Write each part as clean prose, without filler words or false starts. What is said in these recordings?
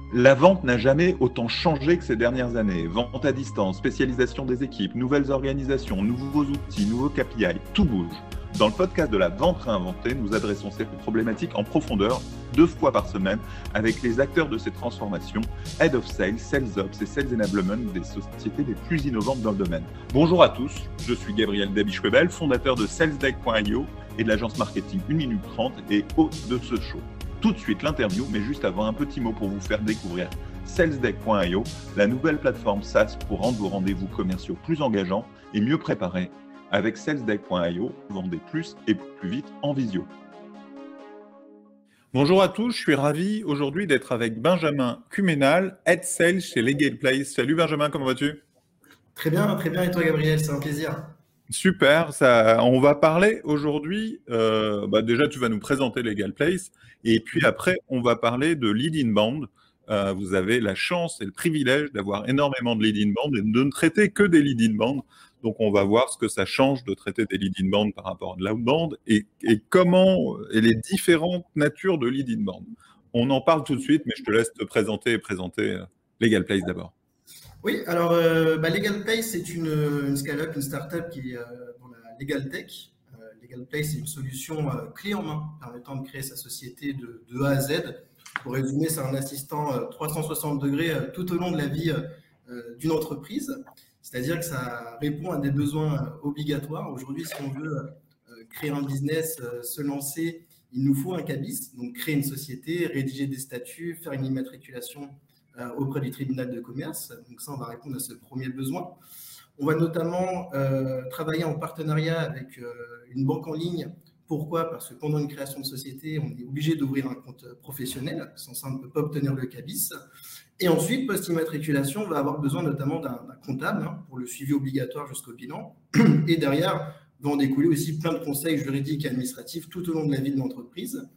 La vente n'a jamais autant changé que ces dernières années. Vente à distance, spécialisation des équipes, nouvelles organisations, nouveaux outils, nouveaux KPI, tout bouge. Dans le podcast de la vente réinventée, nous adressons ces problématiques en profondeur 2 fois par semaine avec les acteurs de ces transformations, Head of Sales, Sales Ops et Sales Enablement des sociétés les plus innovantes dans le domaine. Bonjour à tous, je suis Gabriel Dabischwebel, fondateur de SalesDeck.io et de l'agence marketing 1 minute 30 et hôte de ce show. Tout de suite l'interview, mais juste avant, un petit mot pour vous faire découvrir SalesDeck.io, la nouvelle plateforme SaaS pour rendre vos rendez-vous commerciaux plus engageants et mieux préparés. Avec SalesDeck.io, vendez plus et plus vite en visio. Bonjour à tous, je suis ravi aujourd'hui d'être avec Benjamin Cuménal, Head Sales chez Legal Place. Salut Benjamin, comment vas-tu ? Très bien, et toi Gabriel, c'est un plaisir. Super, on va parler aujourd'hui, déjà tu vas nous présenter Legal Place et puis après on va parler de lead inbound. Vous avez la chance et le privilège d'avoir énormément de lead inbound et de ne traiter que des lead inbound. Donc on va voir ce que ça change de traiter des lead inbound par rapport à de l'outbound et comment et les différentes natures de lead inbound. On en parle tout de suite, mais je te laisse te présenter et présenter Legal Place d'abord. Oui, alors Legal Place, c'est une scale-up, une startup qui est dans la Legal Tech. Legal Place, c'est une solution clé en main permettant de créer sa société de A à Z. Pour résumer, c'est un assistant 360 degrés tout au long de la vie d'une entreprise. C'est-à-dire que ça répond à des besoins obligatoires. Aujourd'hui, si on veut créer un business, se lancer, il nous faut un CABIS, donc créer une société, rédiger des statuts, faire une immatriculation auprès du tribunal de commerce. Donc ça, on va répondre à ce premier besoin. On va notamment travailler en partenariat avec une banque en ligne. Pourquoi ? Parce que pendant une création de société, on est obligé d'ouvrir un compte professionnel. Sans ça, on ne peut pas obtenir le CABIS. Et ensuite, post-immatriculation, on va avoir besoin notamment d'un comptable pour le suivi obligatoire jusqu'au bilan. Et derrière, va en découler aussi plein de conseils juridiques et administratifs tout au long de la vie de l'entreprise,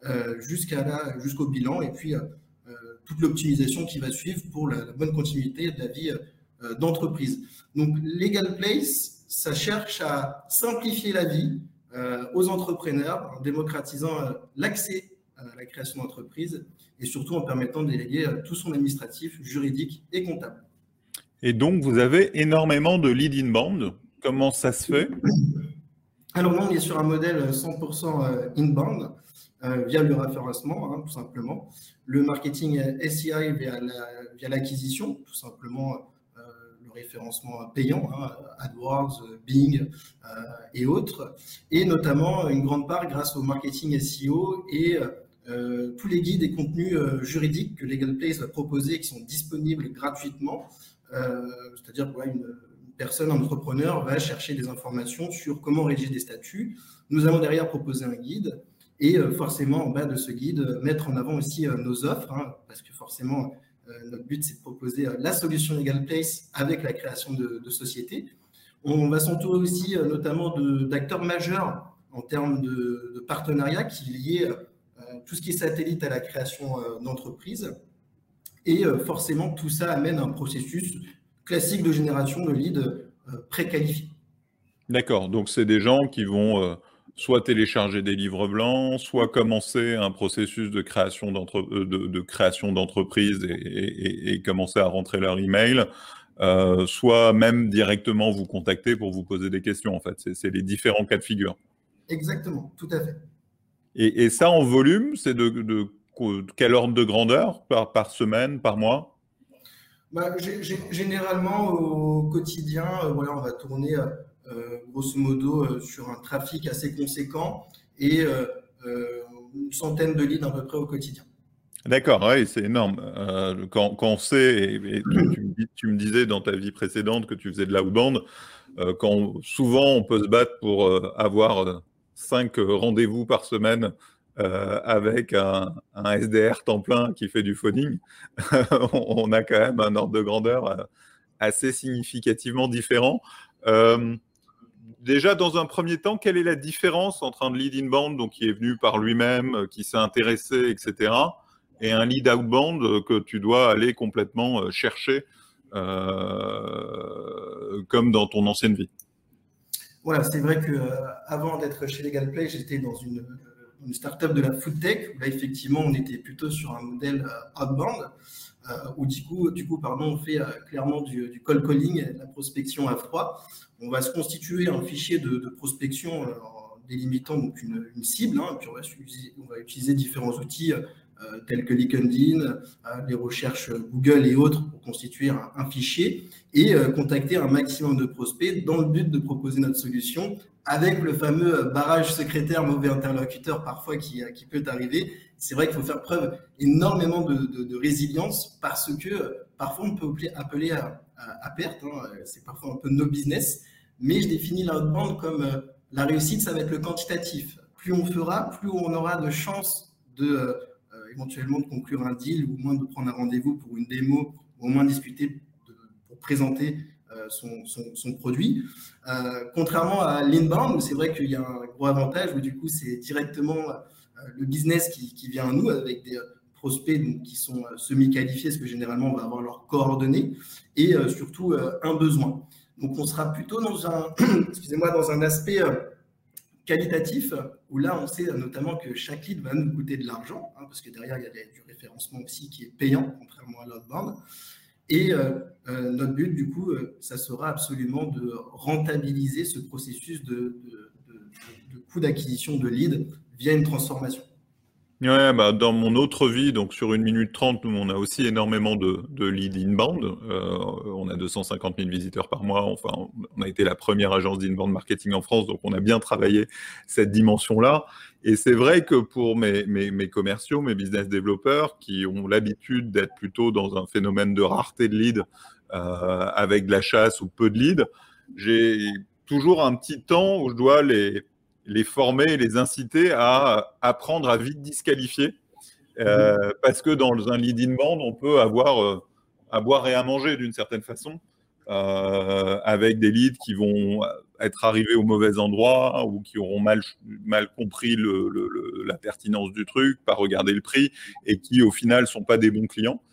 jusqu'au bilan. Et puis, toute l'optimisation qui va suivre pour la bonne continuité de la vie d'entreprise. Donc, Legal Place, ça cherche à simplifier la vie aux entrepreneurs en démocratisant l'accès à la création d'entreprise et surtout en permettant de déléguer tout son administratif, juridique et comptable. Et donc, vous avez énormément de lead inbound. Comment ça se fait ? Alors, là, on est sur un modèle 100% inbound. Via le référencement, tout simplement. Le marketing SEI via l'acquisition, tout simplement le référencement payant, AdWords, Bing et autres. Et notamment une grande part grâce au marketing SEO et tous les guides et contenus juridiques que Legal Place va proposer qui sont disponibles gratuitement. C'est-à-dire qu'une personne, un entrepreneur va chercher des informations sur comment rédiger des statuts. Nous allons derrière proposer un guide. Et forcément, en bas de ce guide, mettre en avant aussi nos offres, parce que forcément, notre but, c'est de proposer la solution Legal Place avec la création de sociétés. On va s'entourer aussi notamment d'acteurs majeurs en termes de partenariats qui lient tout ce qui est satellite à la création d'entreprises. Et forcément, tout ça amène un processus classique de génération de leads préqualifiés. D'accord, donc c'est des gens qui vont soit télécharger des livres blancs, soit commencer un processus de création d'entreprise et commencer à rentrer leur email, soit même directement vous contacter pour vous poser des questions. En fait, c'est les différents cas de figure. Exactement, tout à fait. Et ça, en volume, c'est de quel ordre de grandeur par semaine, par mois ? Généralement, au quotidien, on va tourner grosso modo sur un trafic assez conséquent et une centaine de leads à peu près au quotidien. D'accord, oui, c'est énorme. Quand on sait, et tu me disais dans ta vie précédente que tu faisais de l'outbound, souvent on peut se battre pour avoir 5 rendez-vous par semaine avec un SDR temps plein qui fait du phoning, on a quand même un ordre de grandeur assez significativement différent. Déjà, dans un premier temps, quelle est la différence entre un lead inbound, donc qui est venu par lui-même, qui s'est intéressé, etc., et un lead outbound que tu dois aller complètement chercher, comme dans ton ancienne vie ? Voilà, c'est vrai que avant d'être chez Legal Play, j'étais dans une startup de la food tech, où là, effectivement, on était plutôt sur un modèle outbound, où du coup, on fait clairement du cold calling, de la prospection à froid. On va se constituer un fichier de prospection en délimitant donc une cible, hein, puis on va utiliser différents outils tels que LinkedIn, les recherches Google et autres pour constituer un fichier et contacter un maximum de prospects dans le but de proposer notre solution avec le fameux barrage secrétaire mauvais interlocuteur parfois qui peut arriver. C'est vrai qu'il faut faire preuve énormément de résilience parce que parfois on peut appeler à perte, hein, c'est parfois un peu no business, mais je définis l'outbound comme la réussite, ça va être le quantitatif. Plus on fera, plus on aura de chances de éventuellement de conclure un deal ou au moins de prendre un rendez-vous pour une démo ou au moins discuter pour présenter son produit. Contrairement à l'inbound, où c'est vrai qu'il y a un gros avantage, où du coup c'est directement le business qui vient à nous avec des prospects donc, qui sont semi-qualifiés, parce que généralement on va avoir leurs coordonnées et surtout un besoin. Donc on sera plutôt dans un aspect qualitatif, où là on sait notamment que chaque lead va nous coûter de l'argent, hein, parce que derrière il y a du référencement aussi qui est payant, contrairement à l'outbound. Et notre but, du coup, ça sera absolument de rentabiliser ce processus de coût d'acquisition de lead via une transformation. Ouais, bah, dans mon autre vie, donc sur 1 minute 30, nous, on a aussi énormément de leads inbound. On a 250 000 visiteurs par mois. Enfin, on a été la première agence d'inbound marketing en France, donc on a bien travaillé cette dimension-là. Et c'est vrai que pour mes commerciaux, mes business développeurs, qui ont l'habitude d'être plutôt dans un phénomène de rareté de leads, avec de la chasse ou peu de leads, j'ai toujours un petit temps où je dois les former et les inciter à apprendre à vite disqualifier. Parce que dans un lead inbound, on peut avoir à boire et à manger d'une certaine façon, avec des leads qui vont être arrivés au mauvais endroit ou qui auront mal compris la pertinence du truc, pas regarder le prix et qui au final ne sont pas des bons clients.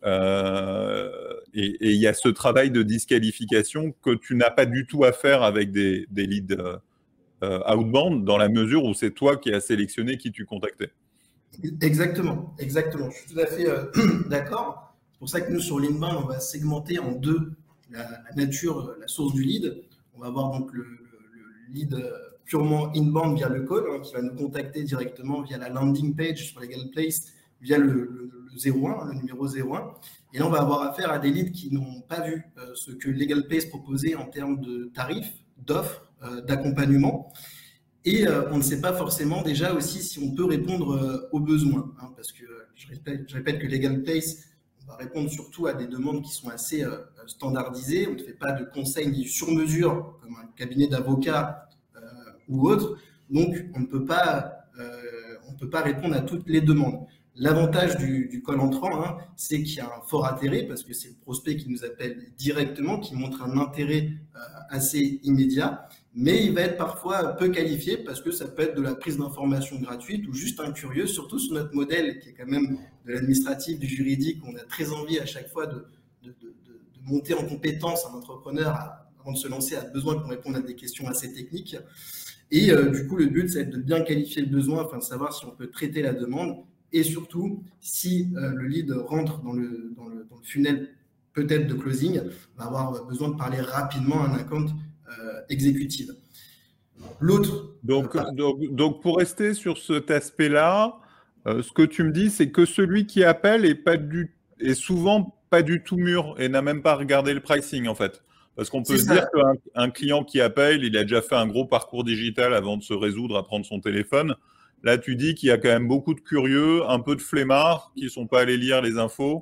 Et il y a ce travail de disqualification que tu n'as pas du tout à faire avec des leads outbound, dans la mesure où c'est toi qui as sélectionné qui tu contactais. Exactement. Je suis tout à fait d'accord. C'est pour ça que nous, sur l'inbound, on va segmenter en deux la nature, la source du lead. On va avoir donc le lead purement inbound via le call, hein, qui va nous contacter directement via la landing page sur Legal Place, via le 01, le numéro 01. Et là, on va avoir affaire à des leads qui n'ont pas vu ce que Legal Place proposait en termes de tarifs, d'offres, d'accompagnement. Et on ne sait pas forcément déjà aussi si on peut répondre aux besoins, hein, parce que je répète que Legal Place, on va répondre surtout à des demandes qui sont assez standardisées. On ne fait pas de conseils ni sur mesure comme un cabinet d'avocats ou autre. Donc, on ne peut pas répondre à toutes les demandes. L'avantage du call entrant, hein, c'est qu'il y a un fort intérêt parce que c'est le prospect qui nous appelle directement, qui montre un intérêt assez immédiat, mais il va être parfois peu qualifié parce que ça peut être de la prise d'informations gratuite ou juste un curieux, surtout sur notre modèle qui est quand même de l'administratif, du juridique. On a très envie à chaque fois de monter en compétence. Un entrepreneur, avant de se lancer, a besoin qu'on réponde à des questions assez techniques. Et du coup, le but, c'est de bien qualifier le besoin afin de savoir si on peut traiter la demande. Et surtout, si le lead rentre dans le funnel peut-être de closing, on va avoir besoin de parler rapidement à un account exécutif. L'autre. Donc, pour rester sur cet aspect-là, ce que tu me dis, c'est que celui qui appelle est souvent pas du tout mûr et n'a même pas regardé le pricing en fait. Parce qu'on peut se dire qu'un client qui appelle, il a déjà fait un gros parcours digital avant de se résoudre à prendre son téléphone. Là, tu dis qu'il y a quand même beaucoup de curieux, un peu de flemmards qui ne sont pas allés lire les infos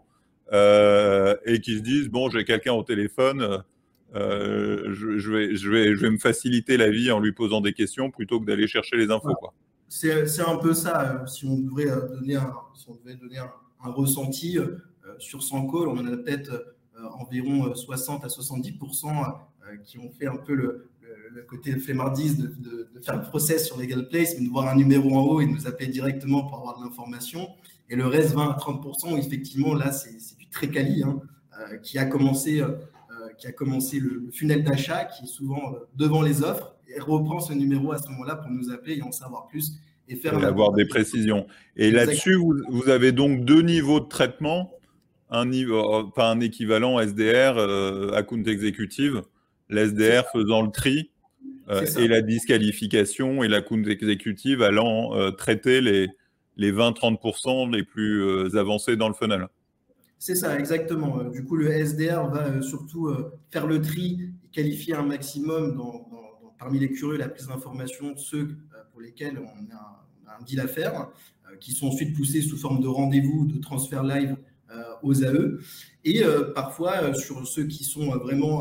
et qui se disent « Bon, j'ai quelqu'un au téléphone, je vais me faciliter la vie en lui posant des questions plutôt que d'aller chercher les infos. » quoi. C'est un peu ça. Si on devait donner un ressenti sur 100 calls, on en a peut-être environ 60 à 70% qui ont fait un peu le côté flemmardise de faire le process sur Legal Place, mais de voir un numéro en haut et de nous appeler directement pour avoir de l'information. Et le reste, 20 à 30%, où effectivement, là, c'est du très quali, hein, qui a commencé le funnel d'achat, qui est souvent devant les offres, et reprend ce numéro à ce moment-là pour nous appeler et en savoir plus. et faire Et avoir des précisions. Et Exactement. là-dessus, vous avez donc 2 niveaux de traitement, un équivalent SDR, Account Executive, l'SDR faisant le tri et la disqualification et l'account executive allant traiter les 20-30% les plus avancés dans le funnel. C'est ça, exactement. Du coup, le SDR va surtout faire le tri et qualifier un maximum parmi les curieux la prise d'informations, ceux pour lesquels on a un deal à faire, qui sont ensuite poussés sous forme de rendez-vous, de transfert live aux AE. Et parfois, sur ceux qui sont vraiment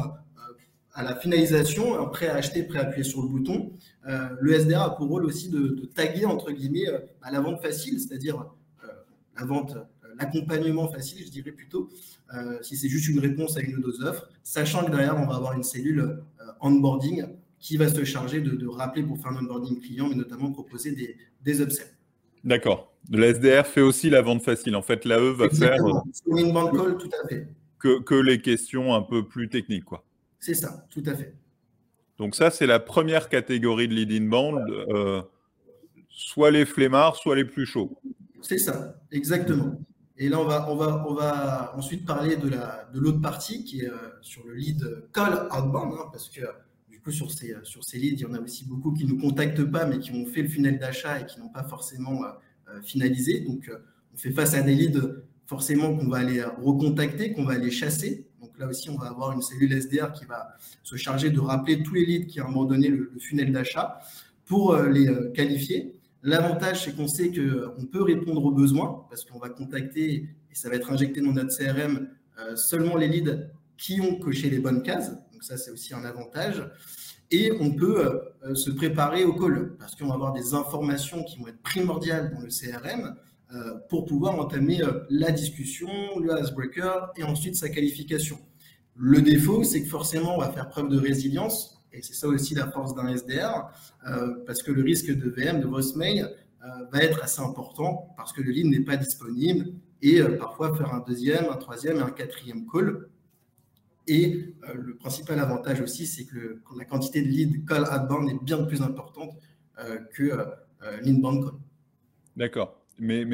à la finalisation, prêt à acheter, prêt à appuyer sur le bouton, le SDR a pour rôle aussi de taguer, entre guillemets, à la vente facile, c'est-à-dire la vente, l'accompagnement facile, je dirais plutôt, si c'est juste une réponse à une ou deux offres, sachant que derrière, on va avoir une cellule onboarding qui va se charger de rappeler pour faire un onboarding client, mais notamment proposer des upsells. D'accord. Le SDR fait aussi la vente facile. En fait, l'AE va Exactement. Faire sur l'inbound call, tout à fait. Que les questions un peu plus techniques, quoi. C'est ça, tout à fait. Donc ça, c'est la première catégorie de lead inbound, soit les flemmards, soit les plus chauds. C'est ça, exactement. Et là, on va ensuite parler de l'autre partie qui est sur le lead call outbound, parce que du coup, sur ces leads, il y en a aussi beaucoup qui ne nous contactent pas, mais qui ont fait le funnel d'achat et qui n'ont pas forcément finalisé. Donc, on fait face à des leads forcément qu'on va aller recontacter, qu'on va aller chasser. Donc là aussi, on va avoir une cellule SDR qui va se charger de rappeler tous les leads qui ont abandonné le funnel d'achat pour les qualifier. L'avantage, c'est qu'on sait qu'on peut répondre aux besoins parce qu'on va contacter et ça va être injecté dans notre CRM seulement les leads qui ont coché les bonnes cases. Donc ça, c'est aussi un avantage. Et on peut se préparer au call parce qu'on va avoir des informations qui vont être primordiales dans le CRM pour pouvoir entamer la discussion, le icebreaker et ensuite sa qualification. Le défaut, c'est que forcément, on va faire preuve de résilience. Et c'est ça aussi la force d'un SDR, parce que le risque de VM, de voicemail, va être assez important parce que le lead n'est pas disponible et parfois faire un deuxième, un troisième et un quatrième call. Et le principal avantage aussi, c'est que la quantité de lead call outbound est bien plus importante que l'inbound call. D'accord. Mais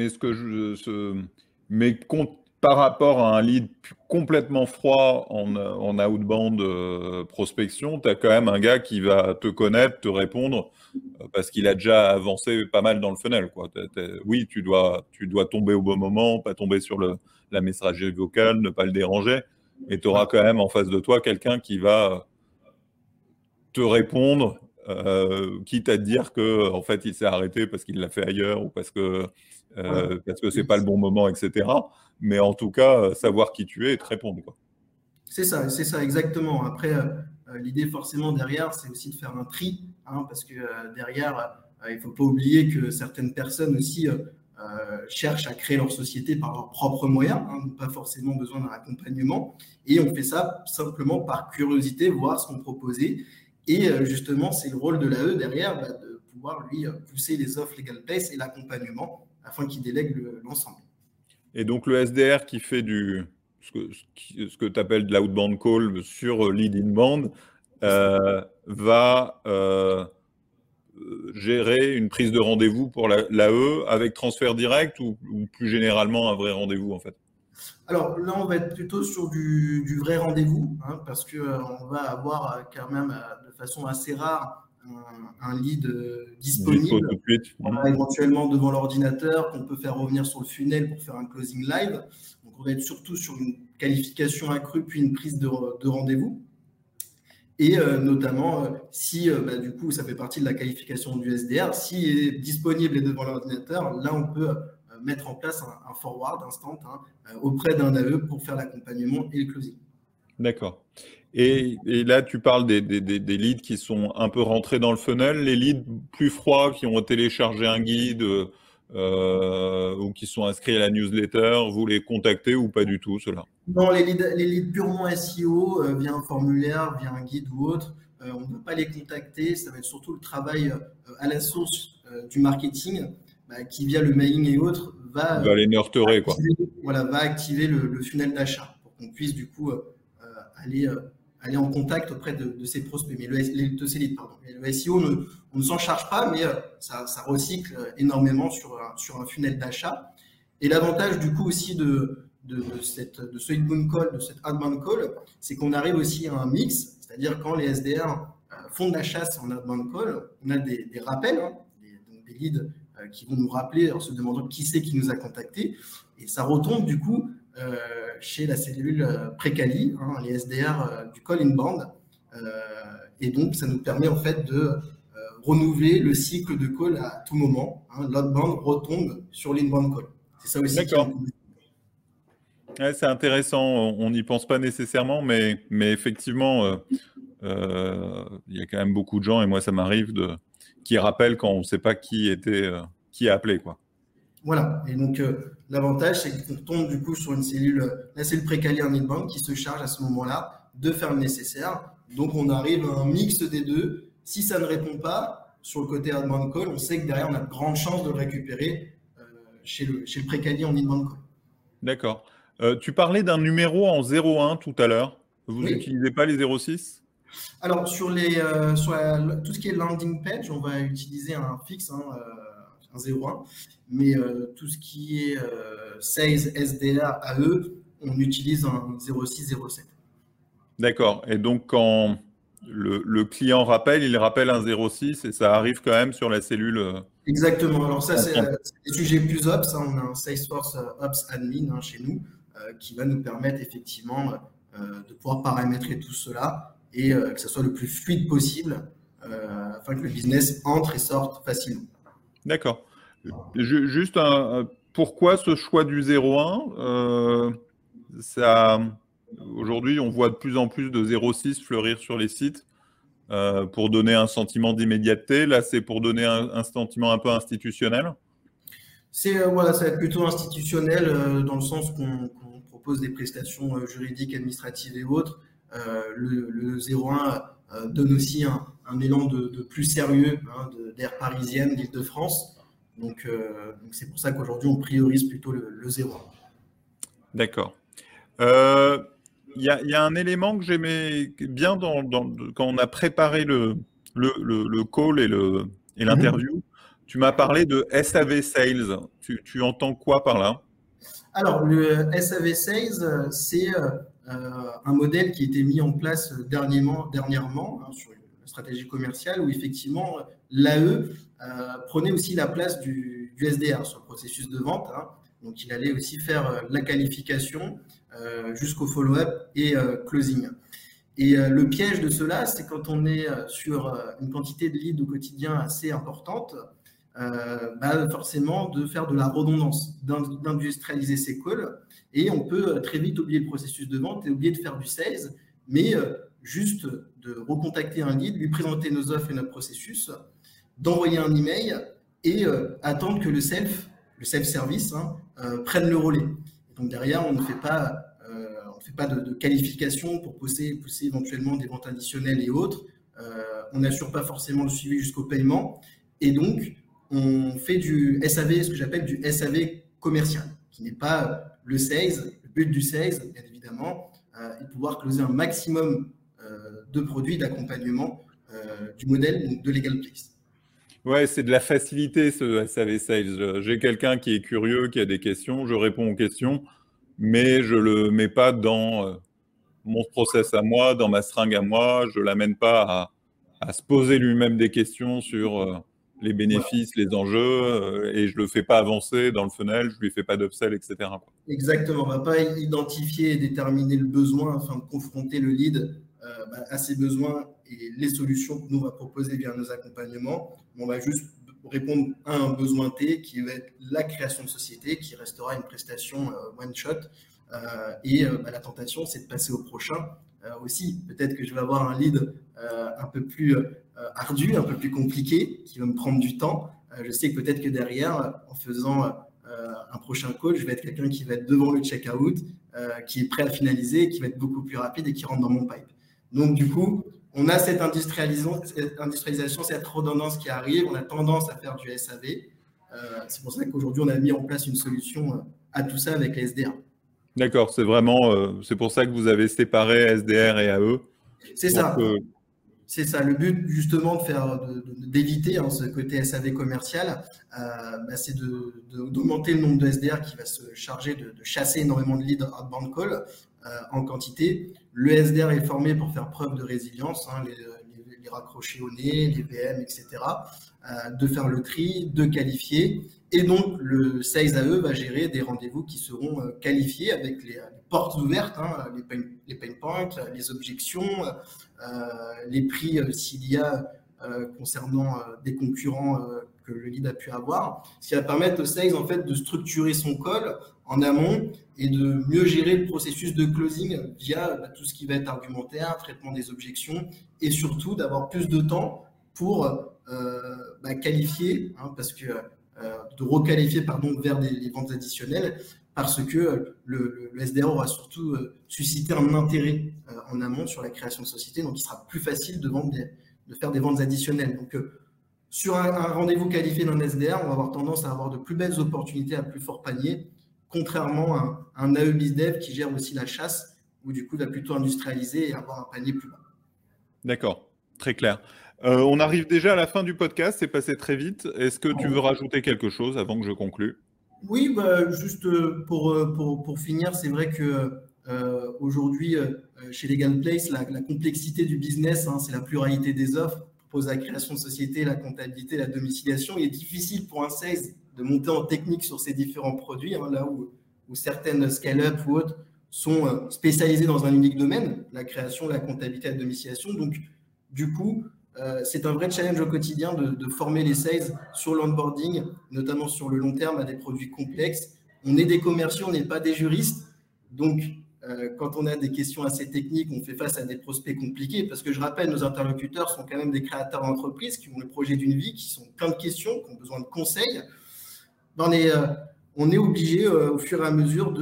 par rapport à un lead complètement froid en outbound prospection, tu as quand même un gars qui va te connaître, te répondre, parce qu'il a déjà avancé pas mal dans le funnel, quoi. Oui, tu dois tomber au bon moment, pas tomber sur la messagerie vocale, ne pas le déranger, mais tu auras quand même en face de toi quelqu'un qui va te répondre, quitte à te dire que en fait il s'est arrêté parce qu'il l'a fait ailleurs ou parce que c'est pas le bon moment, etc. Mais en tout cas, savoir qui tu es et te répondre, quoi. C'est ça, exactement. Après, l'idée forcément derrière, c'est aussi de faire un tri, parce que derrière, il ne faut pas oublier que certaines personnes aussi cherchent à créer leur société par leurs propres moyens, n'ont pas forcément besoin d'un accompagnement. Et on fait ça simplement par curiosité, voir ce qu'on proposait. Et justement, c'est le rôle de l'AE derrière de pouvoir lui pousser les offres Legal Place et l'accompagnement afin qu'il délègue l'ensemble. Et donc le SDR qui fait ce que tu appelles de l'outbound call sur lead inbound va gérer une prise de rendez-vous pour l'AE avec transfert direct ou plus généralement un vrai rendez-vous en fait? Alors là, on va être plutôt sur du vrai rendez-vous, parce qu'on va avoir quand même de façon assez rare un lead disponible, tout de suite. Éventuellement devant l'ordinateur, qu'on peut faire revenir sur le funnel pour faire un closing live. Donc on va être surtout sur une qualification accrue puis une prise de rendez-vous. Et notamment, si du coup ça fait partie de la qualification du SDR, s'il est disponible et devant l'ordinateur, là on peut mettre en place un forward instant auprès d'un AE pour faire l'accompagnement et le closing. D'accord. Et là, tu parles des leads qui sont un peu rentrés dans le funnel, les leads plus froids qui ont téléchargé un guide ou qui sont inscrits à la newsletter, vous les contactez ou pas du tout, ceux-là? Non, les leads purement SEO, via un formulaire, via un guide ou autre, on ne peut pas les contacter. Ça va être surtout le travail à la source du marketing qui, via le mailing et autres, va les nurturer, activer, va activer le funnel d'achat pour qu'on puisse du coup aller aller en contact auprès de ses prospects, de ses leads, pardon. Mais le SEO, on ne s'en charge pas, mais ça recycle énormément sur un funnel d'achat. Et l'avantage du coup aussi de ce inbound call, de cette outbound call, c'est qu'on arrive aussi à un mix, c'est-à-dire quand les SDR font de la chasse en outbound call, on a des rappels, hein, des leads qui vont nous rappeler en se demandant qui c'est qui nous a contactés, et ça retombe du coup chez la cellule pré-quali, hein, les SDR du call inbound, et donc ça nous permet en fait de renouveler le cycle de call à tout moment. Hein, l'outbound retombe sur l'inbound call. C'est ça aussi. D'accord. Ouais, c'est intéressant. On n'y pense pas nécessairement, mais effectivement, il y a quand même beaucoup de gens, et moi ça m'arrive, qui rappellent quand on ne sait pas qui a appelé, quoi. Voilà. Et donc l'avantage, c'est qu'on tombe du coup sur la cellule pré-quali en inbound qui se charge à ce moment-là de faire le nécessaire. Donc on arrive à un mix des deux. Si ça ne répond pas sur le côté outbound call, on sait que derrière on a de grandes chances de le récupérer chez le pré-quali en inbound call. D'accord. Tu parlais d'un numéro en 01 tout à l'heure. Vous n'utilisez pas les 06? Alors, sur tout ce qui est landing page, on va utiliser un fixe, hein, un 01. Mais tout ce qui est sales, SDR, AE, on utilise un 06, 07. D'accord. Et donc, quand le client rappelle, il rappelle un 06 et ça arrive quand même sur la cellule. Exactement. Alors ça, c'est des sujets plus ops. Hein. On a un Salesforce Ops Admin, hein, chez nous qui va nous permettre effectivement de pouvoir paramétrer tout cela et que ce soit le plus fluide possible afin que le business entre et sorte facilement. D'accord. Juste pourquoi ce choix du 01 aujourd'hui, on voit de plus en plus de 06 fleurir sur les sites pour donner un sentiment d'immédiateté. Là, c'est pour donner un sentiment un peu institutionnel. Voilà, ça va être plutôt institutionnel dans le sens qu'on propose des prestations juridiques, administratives et autres. Le 01 donne aussi un élan de plus sérieux, hein, d'air parisienne, d'Île-de-France. Donc c'est pour ça qu'aujourd'hui, on priorise plutôt le 01. D'accord. Il y a un élément que j'aimais bien quand on a préparé le call et l'interview. Tu m'as parlé de SAV Sales. Tu entends quoi par là? Alors, le SAV Sales, c'est un modèle qui a été mis en place dernièrement hein, sur la stratégie commerciale où effectivement l'AE prenait aussi la place du SDR sur le processus de vente. Hein. Donc, il allait aussi faire la qualification jusqu'au follow-up et closing. Et le piège de cela, c'est quand on est sur une quantité de leads au quotidien assez importante, forcément de faire de la redondance, d'industrialiser ses calls. Et on peut très vite oublier le processus de vente et oublier de faire du sales, mais juste de recontacter un lead, lui présenter nos offres et notre processus, d'envoyer un email et attendre que le self-service prenne le relais. Et donc derrière, on ne fait pas de qualification pour pousser éventuellement des ventes additionnelles et autres. On n'assure pas forcément le suivi jusqu'au paiement. Et donc, on fait du SAV, ce que j'appelle du SAV commercial, qui n'est pas le sales. Le but du sales, bien évidemment, est de pouvoir closer un maximum de produits d'accompagnement du modèle de Legal Place. Ouais, c'est de la facilité, ce SAV Sales. J'ai quelqu'un qui est curieux, qui a des questions, je réponds aux questions, mais je ne le mets pas dans mon process à moi, dans ma seringue à moi. Je ne l'amène pas à se poser lui-même des questions sur les bénéfices, les enjeux, et je ne le fais pas avancer dans le funnel, je ne lui fais pas d'upsell, etc. Exactement, on ne va pas identifier et déterminer le besoin afin de confronter le lead à ses besoins et les solutions que nous on va proposer via nos accompagnements. On va juste répondre à un besoin T qui va être la création de société, qui restera une prestation one-shot. Et la tentation, c'est de passer au prochain aussi. Peut-être que je vais avoir un lead un peu plus ardu, un peu plus compliqué, qui va me prendre du temps. Je sais que peut-être que derrière, en faisant un prochain call, je vais être quelqu'un qui va être devant le checkout, qui est prêt à finaliser, qui va être beaucoup plus rapide et qui rentre dans mon pipe. Donc, du coup, on a cette industrialisation, cette redondance qui arrive. On a tendance à faire du SAV. C'est pour ça qu'aujourd'hui, on a mis en place une solution à tout ça avec les SDR. D'accord, c'est vraiment, c'est pour ça que vous avez séparé SDR et AE. C'est ça. C'est ça, le but justement d'éviter ce côté SAV commercial, c'est d'augmenter le nombre de SDR qui va se charger de chasser énormément de leads outbound call en quantité. Le SDR est formé pour faire preuve de résilience, les raccrocher au nez, les VM, etc., de faire le tri, de qualifier. Et donc, le sales AE va gérer des rendez-vous qui seront qualifiés avec les portes ouvertes, les pain points, les objections, les prix s'il y a concernant des concurrents que le lead a pu avoir. Ce qui va permettre au sales en fait, de structurer son call en amont et de mieux gérer le processus de closing via tout ce qui va être argumentaire, traitement des objections et surtout d'avoir plus de temps pour qualifier, parce que de requalifier vers les ventes additionnelles parce que le SDR aura surtout suscité un intérêt en amont sur la création de société, donc il sera plus facile de faire des ventes additionnelles. Donc sur un rendez-vous qualifié d'un SDR, on va avoir tendance à avoir de plus belles opportunités à plus fort panier, contrairement à un AE BizDev qui gère aussi la chasse, où du coup va plutôt industrialiser et avoir un panier plus bas. D'accord, très clair. On arrive déjà à la fin du podcast, c'est passé très vite. Est-ce que tu veux rajouter quelque chose avant que je conclue ? Oui, juste pour finir, c'est vrai que aujourd'hui, chez Legal Place, la complexité du business, c'est la pluralité des offres, propose la création de société, la comptabilité, la domiciliation. Il est difficile pour un sales de monter en technique sur ces différents produits, là où certaines scale-up ou autres sont spécialisées dans un unique domaine, la création, la comptabilité, la domiciliation. Donc, du coup, c'est un vrai challenge au quotidien de former les sales sur l'onboarding, notamment sur le long terme à des produits complexes. On est des commerciaux, on n'est pas des juristes. Donc, quand on a des questions assez techniques, on fait face à des prospects compliqués. Parce que je rappelle, nos interlocuteurs sont quand même des créateurs d'entreprises qui ont le projet d'une vie, qui sont plein de questions, qui ont besoin de conseils. On est obligé au fur et à mesure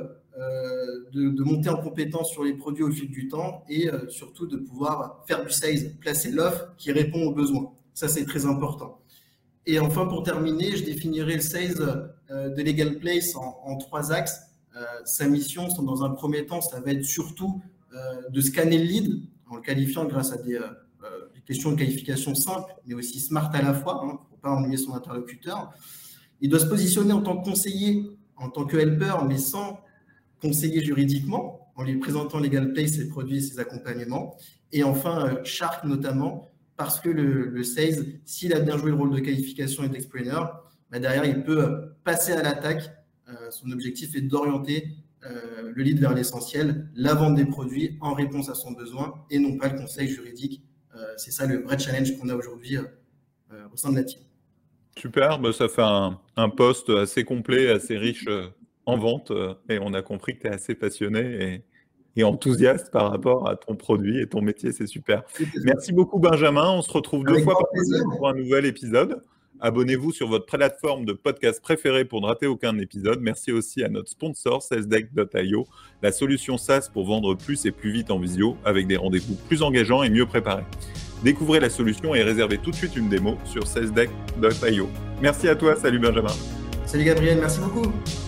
de monter en compétence sur les produits au fil du temps et surtout de pouvoir faire du sales, placer l'offre qui répond aux besoins. Ça, c'est très important. Et enfin, pour terminer, je définirai le sales de Legal Place en 3 axes. Sa mission, dans un premier temps, ça va être surtout de scanner le lead en le qualifiant grâce à des questions de qualification simples, mais aussi smart à la fois, pour ne pas ennuyer son interlocuteur. Il doit se positionner en tant que conseiller, en tant que helper, mais sans conseiller juridiquement, en lui présentant Legal Place, ses produits et ses accompagnements. Et enfin, Shark notamment, parce que le sales, s'il a bien joué le rôle de qualification et d'explainer, derrière, il peut passer à l'attaque. Son objectif est d'orienter le lead vers l'essentiel, la vente des produits en réponse à son besoin et non pas le conseil juridique. C'est ça le vrai challenge qu'on a aujourd'hui au sein de la team. Super, ça fait un post assez complet, assez riche en vente et on a compris que tu es assez passionné et enthousiaste par rapport à ton produit et ton métier, c'est super. Merci beaucoup Benjamin, on se retrouve 2 fois par semaine pour un nouvel épisode. Abonnez-vous sur votre plateforme de podcast préférée pour ne rater aucun épisode. Merci aussi à notre sponsor, salesdeck.io, la solution SaaS pour vendre plus et plus vite en visio avec des rendez-vous plus engageants et mieux préparés. Découvrez la solution et réservez tout de suite une démo sur salesdeck.io. Merci à toi, salut Benjamin. Salut Gabriel, merci beaucoup.